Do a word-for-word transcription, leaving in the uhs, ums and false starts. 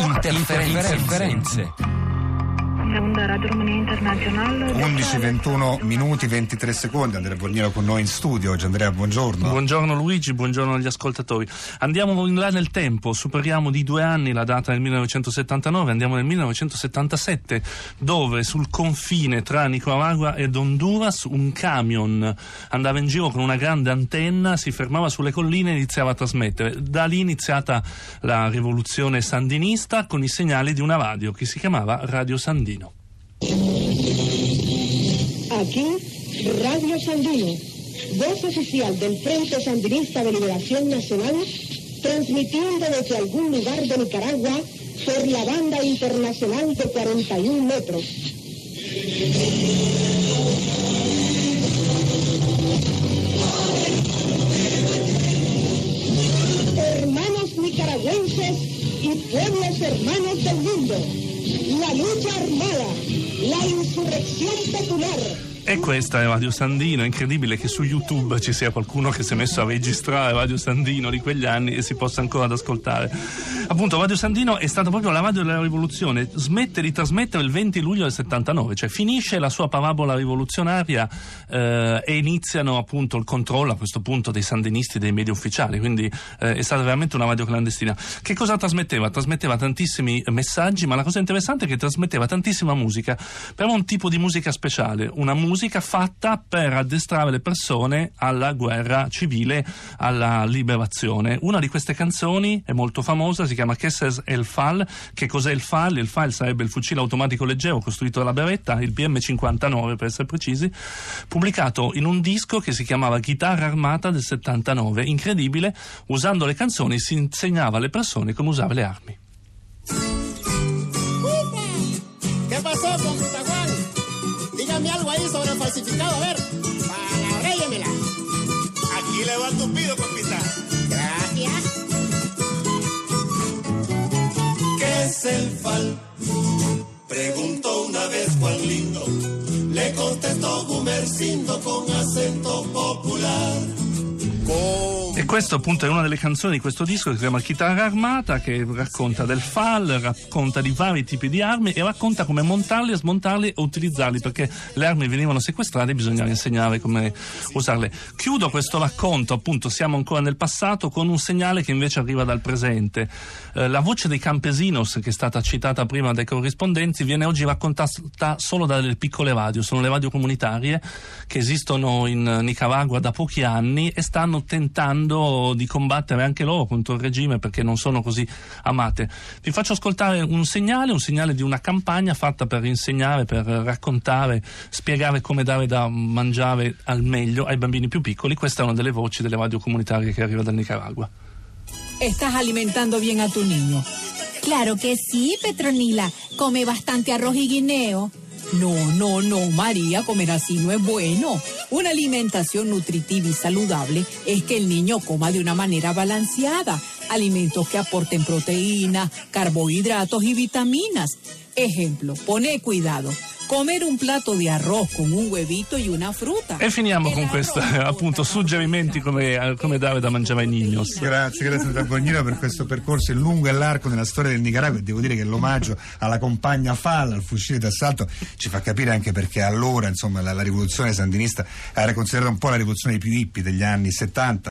Interferenze. Interferenze. undici ventuno minuti ventitré secondi. Andrea Borgnero con noi in studio. Oggi Andrea, buongiorno. Buongiorno Luigi, buongiorno agli ascoltatori. Andiamo in là nel tempo, superiamo di due anni la data del millenovecentosettantanove, andiamo nel millenovecentosettantasette, dove sul confine tra Nicaragua ed Honduras un camion andava in giro con una grande antenna, si fermava sulle colline e iniziava a trasmettere. Da lì è iniziata la rivoluzione sandinista con i segnali di una radio che si chiamava Radio Sandino. Aquí, Radio Sandino, voz oficial del Frente Sandinista de Liberación Nacional, transmitiendo desde algún lugar de Nicaragua por la banda internacional de cuarenta y un metros. Hermanos nicaragüenses y pueblos hermanos del mundo, la lucha armada, la insurrección popular. E questa è Radio Sandino. È incredibile che su YouTube ci sia qualcuno che si è messo a registrare Radio Sandino di quegli anni e si possa ancora ad ascoltare. Appunto, Radio Sandino è stata proprio la radio della rivoluzione. Smette di trasmettere il venti luglio del settantanove, cioè finisce la sua parabola rivoluzionaria eh, e iniziano appunto il controllo a questo punto dei sandinisti, dei media ufficiali. Quindi eh, è stata veramente una radio clandestina. Che cosa trasmetteva? Trasmetteva tantissimi messaggi, ma la cosa interessante è che trasmetteva tantissima musica, però un tipo di musica speciale, una musica musica fatta per addestrare le persone alla guerra civile, alla liberazione. Una di queste canzoni è molto famosa, si chiama ¿Qué es el F A L? Che cos'è il F A L? Il F A L sarebbe il fucile automatico leggero costruito dalla Beretta, il P M cinquantanove per essere precisi, pubblicato in un disco che si chiamava Chitarra Armata del settantanove. Incredibile, usando le canzoni si insegnava alle persone come usare le armi. ¿Qué pasó, compita Juan? Dígame algo ahí sobre el falsificado, a ver, palabréyemela. Aquí le va el tupido, compita. Gracias. ¿Qué es el F A L? Preguntó una vez Juan Lindo. Le contestó Gumercindo con acento popular. E questo appunto è una delle canzoni di questo disco che si chiama Chitarra Armata, che racconta del F A L, racconta di vari tipi di armi e racconta come montarli, smontarli e utilizzarli, perché le armi venivano sequestrate e bisognava insegnare come usarle. Chiudo questo racconto, appunto siamo ancora nel passato, con un segnale che invece arriva dal presente. Eh, la voce dei campesinos, che è stata citata prima dai corrispondenti, viene oggi raccontata solo dalle piccole radio, sono le radio comunitarie che esistono in Nicaragua da pochi anni e stanno tentando di combattere anche loro contro il regime, perché non sono così amate. Vi faccio ascoltare un segnale, un segnale di una campagna fatta per insegnare, per raccontare, spiegare come dare da mangiare al meglio ai bambini più piccoli. Questa è una delle voci delle radio comunitarie che arriva dal Nicaragua. ¿Estás alimentando bien a tu niño? Claro que sí, Petronila. Come bastante arroz y guineo. No, no, no, María, comer así no es bueno. Una alimentación nutritiva y saludable es que el niño coma de una manera balanceada, alimentos que aporten proteínas, carbohidratos y vitaminas. Ejemplo, pone cuidado. Comer un plato di arroz con un huevito e una frutta. E finiamo con questi appunto suggerimenti come, come dare da mangiare ai niños. Grazie, grazie Andrea Borgnero per questo percorso in lungo e largo nella storia del Nicaragua, e devo dire che l'omaggio alla compagna F A L, al fucile d'assalto, ci fa capire anche perché allora insomma la, la rivoluzione sandinista era considerata un po' la rivoluzione dei più hippie degli anni settanta.